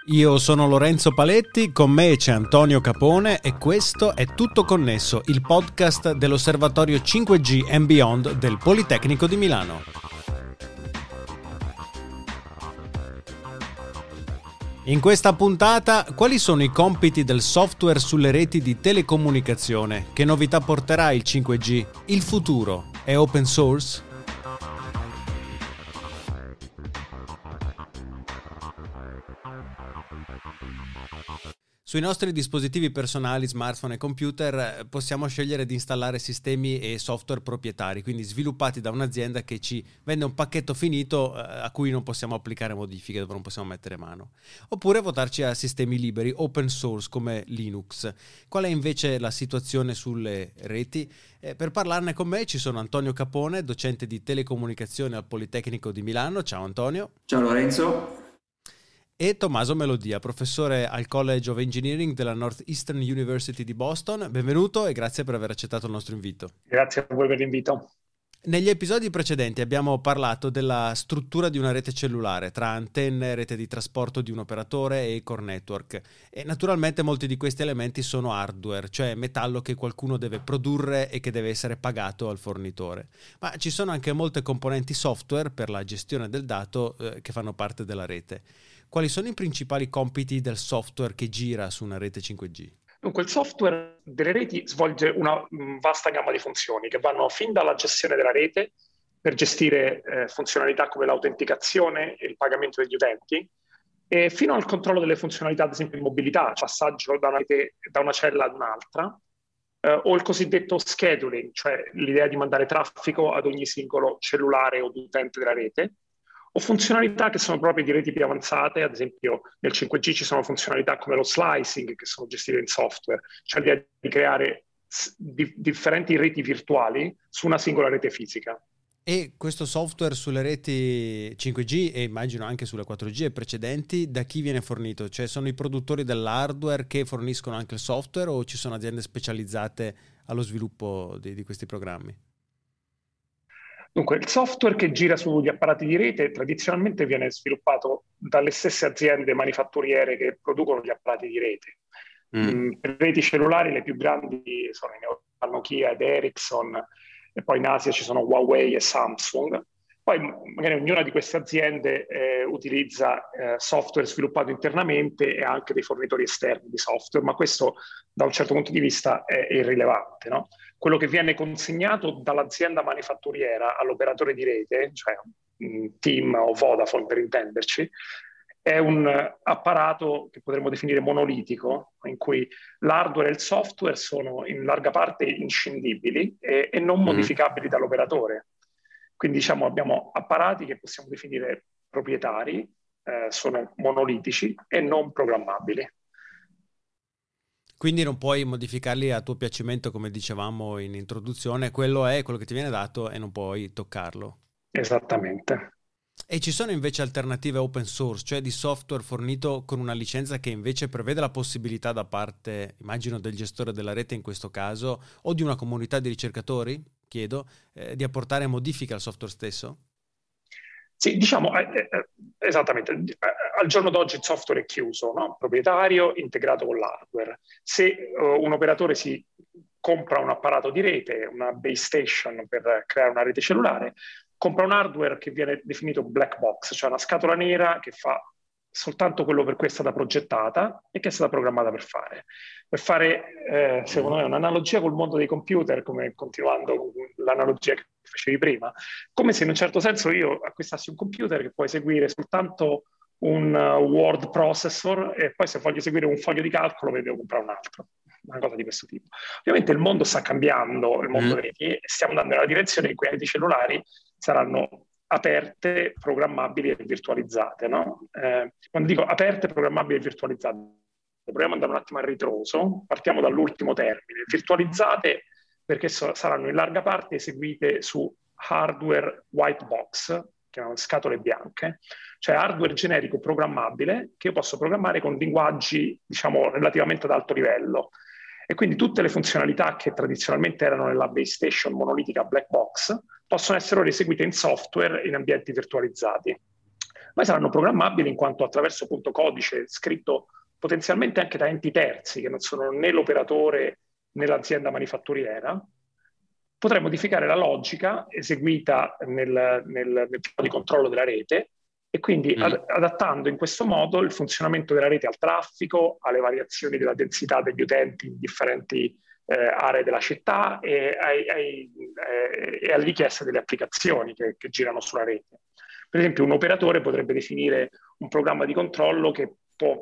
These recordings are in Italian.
Io sono Lorenzo Paletti, con me c'è Antonio Capone e questo è Tutto Connesso, il podcast dell'Osservatorio 5G and Beyond del Politecnico di Milano. In questa puntata, quali sono i compiti del software sulle reti di telecomunicazione? Che novità porterà il 5G? Il futuro è open source? Sui nostri dispositivi personali, smartphone e computer possiamo scegliere di installare sistemi e software proprietari, quindi sviluppati da un'azienda che ci vende un pacchetto finito a cui non possiamo applicare modifiche, dove non possiamo mettere mano. Oppure votarci a sistemi liberi, open source come Linux. Qual è invece la situazione sulle reti? Per parlarne con me ci sono Antonio Capone, docente di telecomunicazione al Politecnico di Milano. Ciao Antonio. Ciao Lorenzo. E Tommaso Melodia, professore al College of Engineering della Northeastern University di Boston. Benvenuto e grazie per aver accettato il nostro invito. Grazie a voi per l'invito. Negli episodi precedenti abbiamo parlato della struttura di una rete cellulare tra antenne, rete di trasporto di un operatore e core network. E naturalmente molti di questi elementi sono hardware, cioè metallo che qualcuno deve produrre e che deve essere pagato al fornitore. Ma ci sono anche molte componenti software per la gestione del dato che fanno parte della rete. Quali sono i principali compiti del software che gira su una rete 5G? Dunque, il software delle reti svolge una vasta gamma di funzioni che vanno fin dalla gestione della rete per gestire funzionalità come l'autenticazione e il pagamento degli utenti, e fino al controllo delle funzionalità, ad esempio in mobilità, passaggio da una rete, da una cella ad un'altra, o il cosiddetto scheduling, cioè l'idea di mandare traffico ad ogni singolo cellulare o utente della rete, o funzionalità che sono proprie di reti più avanzate. Ad esempio nel 5G ci sono funzionalità come lo slicing che sono gestite in software, cioè l'idea di creare differenti reti virtuali su una singola rete fisica. E questo software sulle reti 5G e immagino anche sulle 4G e precedenti, da chi viene fornito? Cioè sono i produttori dell'hardware che forniscono anche il software o ci sono aziende specializzate allo sviluppo di questi programmi? Dunque, il software che gira sugli apparati di rete tradizionalmente viene sviluppato dalle stesse aziende manifatturiere che producono gli apparati di rete. Per reti cellulari le più grandi sono Nokia ed Ericsson, e poi in Asia ci sono Huawei e Samsung. Poi magari ognuna di queste aziende utilizza software sviluppato internamente e anche dei fornitori esterni di software, ma questo da un certo punto di vista è irrilevante, no? Quello che viene consegnato dall'azienda manifatturiera all'operatore di rete, cioè TIM o Vodafone per intenderci, è un apparato che potremmo definire monolitico, in cui l'hardware e il software sono in larga parte inscindibili e non modificabili dall'operatore. Quindi diciamo abbiamo apparati che possiamo definire proprietari, sono monolitici e non programmabili. Quindi non puoi modificarli a tuo piacimento, come dicevamo in introduzione, quello è quello che ti viene dato e non puoi toccarlo. Esattamente. E ci sono invece alternative open source, cioè di software fornito con una licenza che invece prevede la possibilità da parte, immagino, del gestore della rete in questo caso, o di una comunità di ricercatori, chiedo, di apportare modifiche al software stesso? Sì, diciamo, esattamente. Al giorno d'oggi il software è chiuso, no? Proprietario, integrato con l'hardware. Se un operatore si compra un apparato di rete, una base station per creare una rete cellulare, compra un hardware che viene definito black box, cioè una scatola nera che fa soltanto quello per cui è stata progettata e che è stata programmata per fare. Per fare, secondo me, un'analogia col mondo dei computer, come continuando con l'analogia che facevi prima, come se in un certo senso io acquistassi un computer che può eseguire soltanto un word processor e poi se voglio eseguire un foglio di calcolo mi devo comprare un altro. Una cosa di questo tipo. Ovviamente il mondo sta cambiando, il mondo delle reti, e stiamo andando nella direzione in cui le reti cellulari saranno aperte, programmabili e virtualizzate, no? Quando dico aperte, programmabili e virtualizzate, proviamo ad andare un attimo a ritroso, partiamo dall'ultimo termine. Virtualizzate perché saranno in larga parte eseguite su hardware white box, chiamano scatole bianche, cioè hardware generico programmabile che io posso programmare con linguaggi, diciamo, relativamente ad alto livello. E quindi tutte le funzionalità che tradizionalmente erano nella base station monolitica black box possono essere ora eseguite in software in ambienti virtualizzati. Poi saranno programmabili in quanto attraverso punto codice scritto potenzialmente anche da enti terzi, che non sono né l'operatore né l'azienda manifatturiera, potrei modificare la logica eseguita nel piano di controllo della rete e quindi adattando in questo modo il funzionamento della rete al traffico, alle variazioni della densità degli utenti in differenti aree della città e alle richieste delle applicazioni che girano sulla rete. Per esempio, un operatore potrebbe definire un programma di controllo che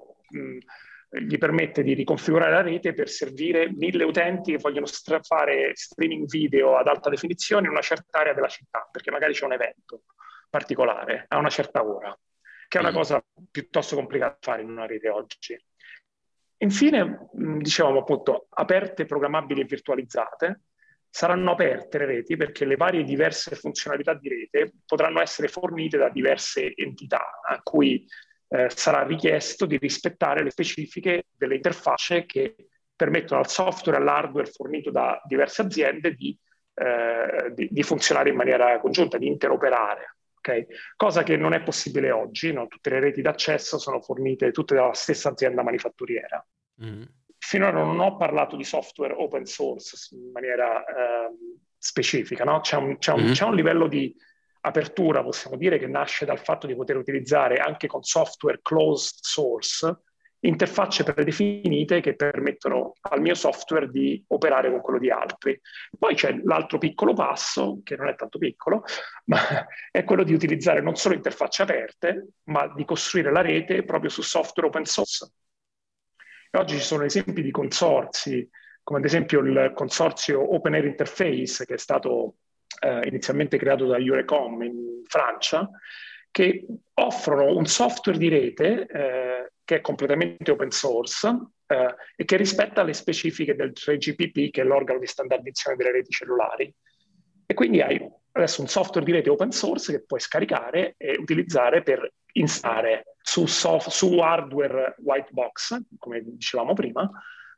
gli permette di riconfigurare la rete per servire 1000 utenti che vogliono fare streaming video ad alta definizione in una certa area della città, perché magari c'è un evento particolare a una certa ora, che è una cosa piuttosto complicata da fare in una rete oggi. Infine, dicevamo appunto, aperte, programmabili e virtualizzate. Saranno aperte le reti perché le varie diverse funzionalità di rete potranno essere fornite da diverse entità a cui sarà richiesto di rispettare le specifiche delle interfacce che permettono al software e all'hardware fornito da diverse aziende di funzionare in maniera congiunta, di interoperare. Okay? Cosa che non è possibile oggi, no? Tutte le reti d'accesso sono fornite tutte dalla stessa azienda manifatturiera. Finora non ho parlato di software open source in maniera specifica, no? C'è un livello di apertura, possiamo dire, che nasce dal fatto di poter utilizzare anche con software closed source interfacce predefinite che permettono al mio software di operare con quello di altri. Poi c'è l'altro piccolo passo, che non è tanto piccolo, ma è quello di utilizzare non solo interfacce aperte, ma di costruire la rete proprio su software open source. E oggi ci sono esempi di consorzi, come ad esempio il consorzio Open Air Interface, che è stato inizialmente creato da Eurecom in Francia, che offrono un software di rete che è completamente open source e che rispetta le specifiche del 3GPP, che è l'organo di standardizzazione delle reti cellulari. E quindi hai adesso un software di rete open source che puoi scaricare e utilizzare per installare su hardware white box, come dicevamo prima,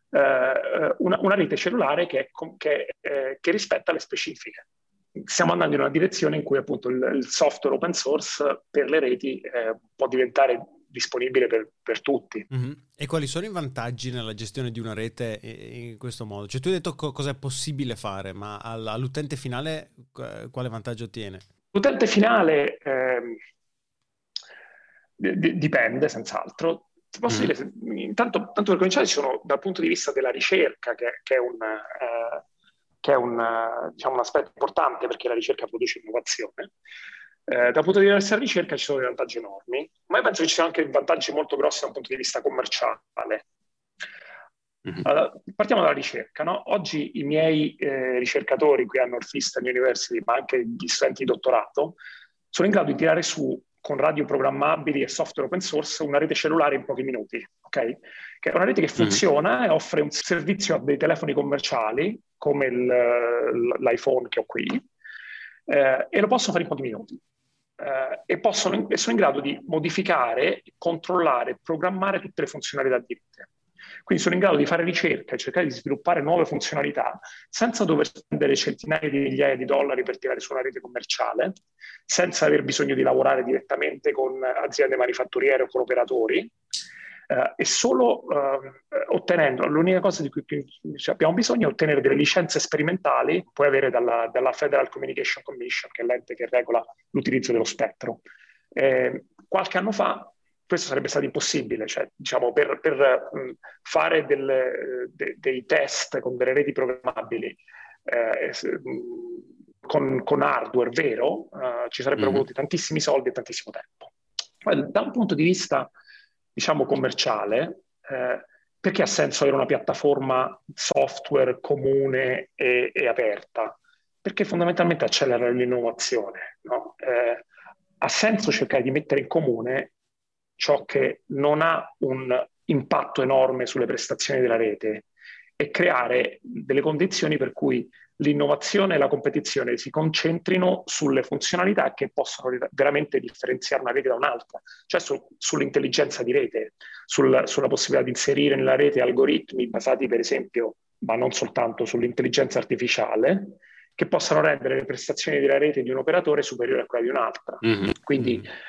una rete cellulare che rispetta le specifiche. Stiamo andando in una direzione in cui appunto il software open source per le reti può diventare disponibile per tutti. E quali sono i vantaggi nella gestione di una rete in questo modo? Cioè, tu hai detto cosa è possibile fare, ma all'utente finale quale vantaggio ottiene? L'utente finale dipende, senz'altro. Ti posso dire, tanto per cominciare, ci sono, dal punto di vista della ricerca, che è diciamo, un aspetto importante perché la ricerca produce innovazione. Dal punto di vista della ricerca ci sono dei vantaggi enormi, ma io penso che ci siano anche vantaggi molto grossi dal punto di vista commerciale. Allora, partiamo dalla ricerca, no? Oggi i miei ricercatori qui a Northeastern University, ma anche gli studenti di dottorato, sono in grado di tirare su con radio programmabili e software open source una rete cellulare in pochi minuti, ok? Che è una rete che funziona e offre un servizio a dei telefoni commerciali come l'iPhone che ho qui e lo posso fare in pochi minuti. E sono in grado di modificare, controllare, programmare tutte le funzionalità di rete. Quindi sono in grado di fare ricerca e cercare di sviluppare nuove funzionalità senza dover spendere centinaia di migliaia di dollari per tirare su una rete commerciale, senza aver bisogno di lavorare direttamente con aziende manifatturiere o con operatori, e solo ottenendo, l'unica cosa di cui abbiamo bisogno è ottenere delle licenze sperimentali, puoi avere dalla Federal Communication Commission, che è l'ente che regola l'utilizzo dello spettro. Qualche anno fa questo sarebbe stato impossibile, cioè, diciamo, per fare dei test con delle reti programmabili con hardware vero, ci sarebbero voluti tantissimi soldi e tantissimo tempo. Poi, da un punto di vista, diciamo, commerciale, perché ha senso avere una piattaforma software comune e aperta? Perché fondamentalmente accelera l'innovazione, no? Ha senso cercare di mettere in comune ciò che non ha un impatto enorme sulle prestazioni della rete e creare delle condizioni per cui l'innovazione e la competizione si concentrino sulle funzionalità che possono veramente differenziare una rete da un'altra, cioè sull'intelligenza di rete, sulla possibilità di inserire nella rete algoritmi basati per esempio, ma non soltanto, sull'intelligenza artificiale, che possano rendere le prestazioni della rete di un operatore superiori a quella di un'altra. Quindi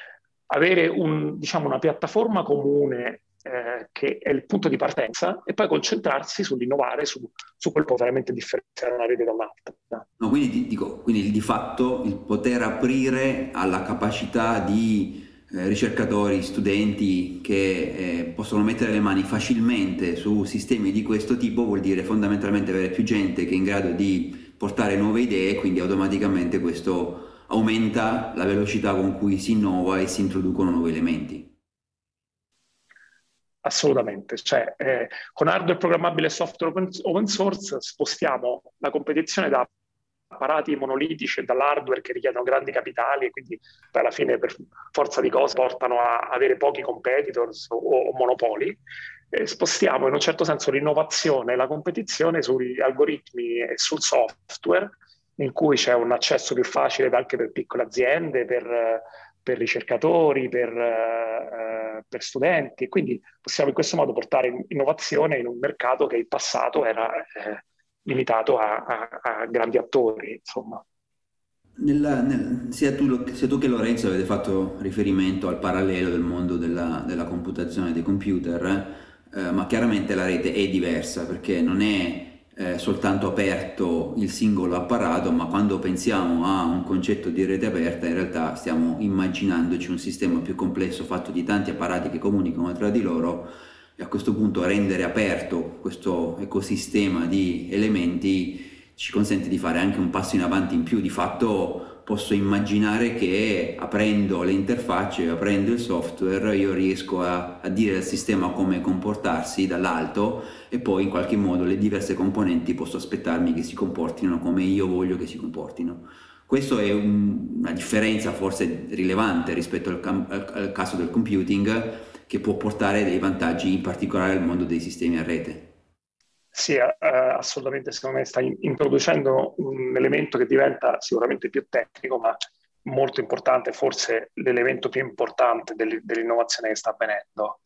avere diciamo, una piattaforma comune che è il punto di partenza e poi concentrarsi sull'innovare, su quel che può veramente differenziare una rete da un'altra. No, quindi quindi di fatto il poter aprire alla capacità di ricercatori, studenti che possono mettere le mani facilmente su sistemi di questo tipo vuol dire fondamentalmente avere più gente che è in grado di portare nuove idee, quindi automaticamente questo aumenta la velocità con cui si innova e si introducono nuovi elementi. Assolutamente, cioè con hardware programmabile e software open source spostiamo la competizione da apparati monolitici e dall'hardware che richiedono grandi capitali e quindi poi alla fine per forza di cose portano a avere pochi competitors o monopoli. Spostiamo in un certo senso l'innovazione e la competizione sugli algoritmi e sul software, in cui c'è un accesso più facile anche per piccole aziende, per ricercatori, per studenti. Quindi possiamo in questo modo portare innovazione in un mercato che in passato era limitato a grandi attori, insomma. Sia tu che Lorenzo avete fatto riferimento al parallelo del mondo della computazione dei computer, ma chiaramente la rete è diversa perché non è soltanto aperto il singolo apparato, ma quando pensiamo a un concetto di rete aperta in realtà stiamo immaginandoci un sistema più complesso fatto di tanti apparati che comunicano tra di loro, e a questo punto rendere aperto questo ecosistema di elementi ci consente di fare anche un passo in avanti in più. Di fatto posso immaginare che aprendo le interfacce, aprendo il software, io riesco a dire al sistema come comportarsi dall'alto e poi in qualche modo le diverse componenti posso aspettarmi che si comportino come io voglio che si comportino. Questo è una differenza forse rilevante rispetto al caso del computing, che può portare dei vantaggi in particolare al mondo dei sistemi a rete. Sì, assolutamente, secondo me stai introducendo un elemento che diventa sicuramente più tecnico, ma molto importante, forse l'elemento più importante dell'innovazione che sta avvenendo.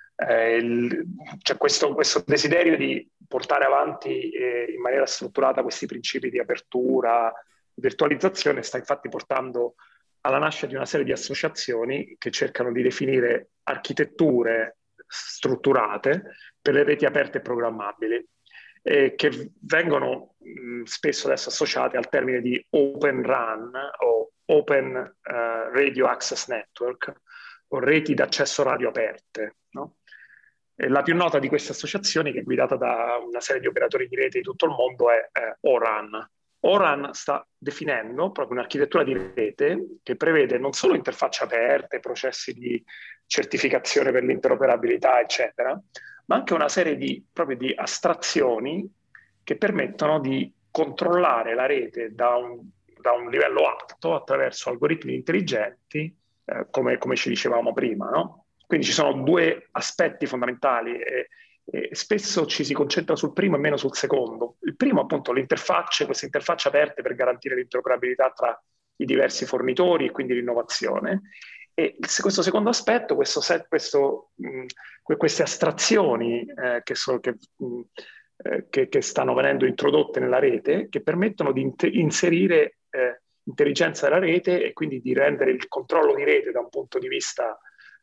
C'è questo desiderio di portare avanti in maniera strutturata questi principi di apertura, virtualizzazione, sta infatti portando alla nascita di una serie di associazioni che cercano di definire architetture strutturate per le reti aperte e programmabili, che vengono spesso adesso associate al termine di Open RAN o Open Radio Access Network, o reti d'accesso radio aperte, no? E la più nota di queste associazioni, che è guidata da una serie di operatori di rete di tutto il mondo, è ORAN. ORAN sta definendo proprio un'architettura di rete che prevede non solo interfacce aperte, processi di certificazione per l'interoperabilità, eccetera, ma anche una serie di astrazioni che permettono di controllare la rete da un livello alto attraverso algoritmi intelligenti, come ci dicevamo prima, no? Quindi ci sono due aspetti fondamentali e spesso ci si concentra sul primo e meno sul secondo. Il primo, appunto, queste interfacce aperte per garantire l'interoperabilità tra i diversi fornitori e quindi l'innovazione. E questo secondo aspetto, queste astrazioni che stanno venendo introdotte nella rete, che permettono di inserire intelligenza della rete e quindi di rendere il controllo di rete da un punto di vista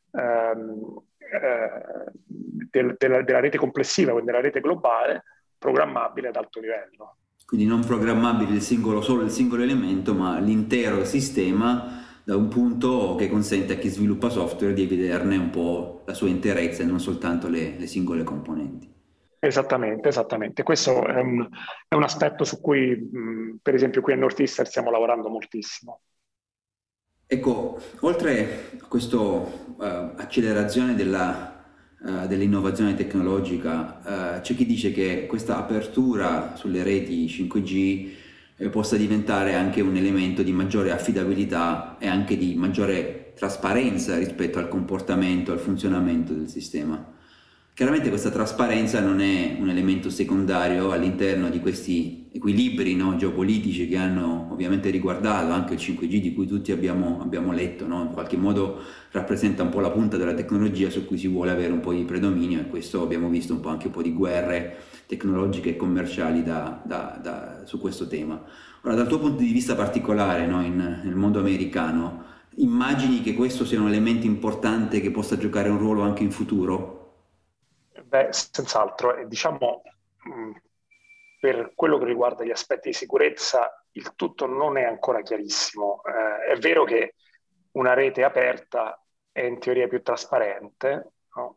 della rete complessiva, quindi della rete globale, programmabile ad alto livello. Quindi non programmabile solo il singolo elemento, ma l'intero sistema, da un punto che consente a chi sviluppa software di vederne un po' la sua interezza e non soltanto le singole componenti. Esattamente. Questo è un aspetto su cui, per esempio, qui a Northeastern stiamo lavorando moltissimo. Ecco, oltre a questa accelerazione dell'innovazione tecnologica, c'è chi dice che questa apertura sulle reti 5G possa diventare anche un elemento di maggiore affidabilità e anche di maggiore trasparenza rispetto al comportamento, al funzionamento del sistema. Chiaramente questa trasparenza non è un elemento secondario all'interno di questi equilibri, no, geopolitici che hanno ovviamente riguardato anche il 5G, di cui tutti abbiamo letto, no? In qualche modo rappresenta un po' la punta della tecnologia su cui si vuole avere un po' di predominio, e questo abbiamo visto un po' anche un po' di guerre tecnologiche e commerciali su questo tema. Ora, dal tuo punto di vista particolare, no, nel mondo americano, immagini che questo sia un elemento importante che possa giocare un ruolo anche in futuro? Beh, senz'altro, diciamo, per quello che riguarda gli aspetti di sicurezza, il tutto non è ancora chiarissimo. È vero che una rete aperta è in teoria più trasparente, no?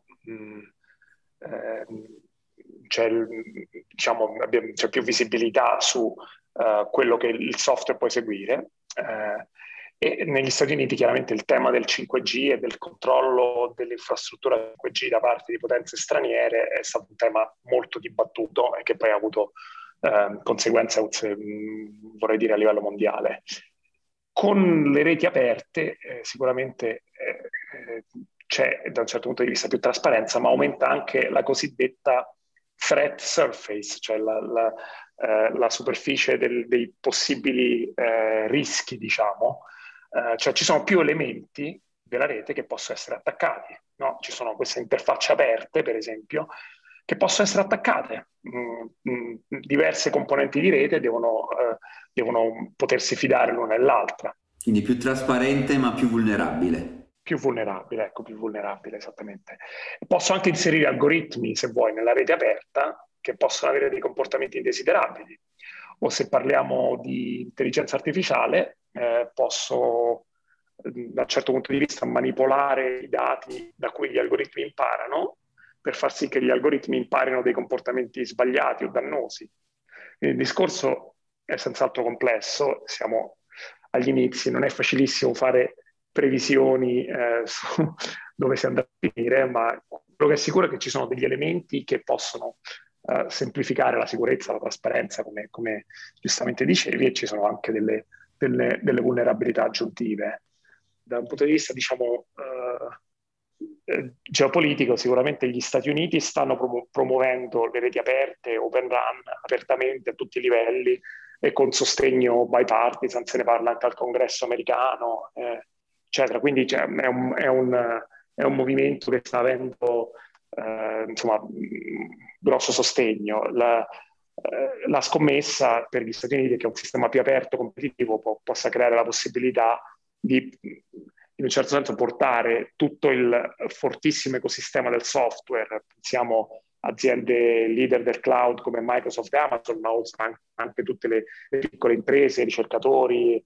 C'è più visibilità su quello che il software può eseguire. E negli Stati Uniti chiaramente il tema del 5G e del controllo dell'infrastruttura 5G da parte di potenze straniere è stato un tema molto dibattuto e che poi ha avuto conseguenze, vorrei dire, a livello mondiale. Con le reti aperte sicuramente c'è da un certo punto di vista più trasparenza, ma aumenta anche la cosiddetta threat surface, cioè la superficie dei possibili rischi, diciamo. Cioè ci sono più elementi della rete che possono essere attaccati, no? Ci sono queste interfacce aperte, per esempio, che possono essere attaccate. Diverse componenti di rete devono potersi fidare l'una e l'altra. Quindi più trasparente ma più vulnerabile. Più vulnerabile, esattamente. Posso anche inserire algoritmi, se vuoi, nella rete aperta che possono avere dei comportamenti indesiderabili. O se parliamo di intelligenza artificiale, posso, da un certo punto di vista, manipolare i dati da cui gli algoritmi imparano per far sì che gli algoritmi imparino dei comportamenti sbagliati o dannosi. Il discorso è senz'altro complesso, siamo agli inizi, non è facilissimo fare previsioni su dove si andrà a finire, ma quello che è sicuro è che ci sono degli elementi che possono semplificare la sicurezza, la trasparenza, come giustamente dicevi, e ci sono anche delle vulnerabilità aggiuntive. Da un punto di vista, diciamo, geopolitico, sicuramente gli Stati Uniti stanno promuovendo le reti aperte, open RAN, apertamente a tutti i livelli e con sostegno bipartisan, se ne parla anche al Congresso americano, eccetera. Quindi è un movimento che sta avendo insomma, grosso sogno. La scommessa per gli Stati Uniti è che un sistema più aperto, competitivo, possa creare la possibilità di, in un certo senso, portare tutto il fortissimo ecosistema del software. Pensiamo aziende leader del cloud come Microsoft e Amazon, ma anche tutte le piccole imprese, ricercatori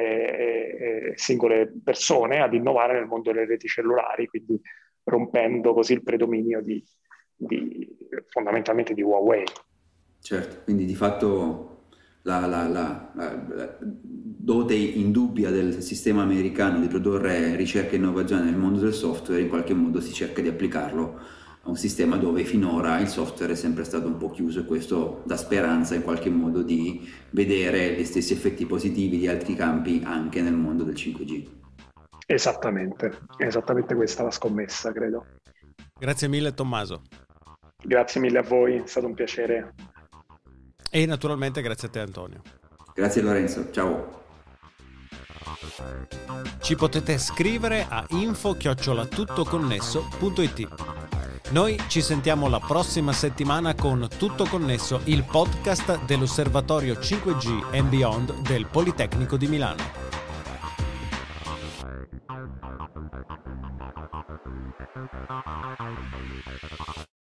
e singole persone ad innovare nel mondo delle reti cellulari, quindi rompendo così il predominio fondamentalmente di Huawei. Certo, quindi di fatto la dote indubbia del sistema americano di produrre ricerca e innovazione nel mondo del software in qualche modo si cerca di applicarlo a un sistema dove finora il software è sempre stato un po' chiuso, e questo dà speranza in qualche modo di vedere gli stessi effetti positivi di altri campi anche nel mondo del 5G. Esattamente questa è la scommessa, credo. Grazie mille Tommaso. Grazie mille a voi, è stato un piacere. E naturalmente grazie a te Antonio. Grazie Lorenzo, ciao. Ci potete scrivere a info@tuttoconnesso.it. Noi ci sentiamo la prossima settimana con Tutto Connesso, il podcast dell'Osservatorio 5G and Beyond del Politecnico di Milano.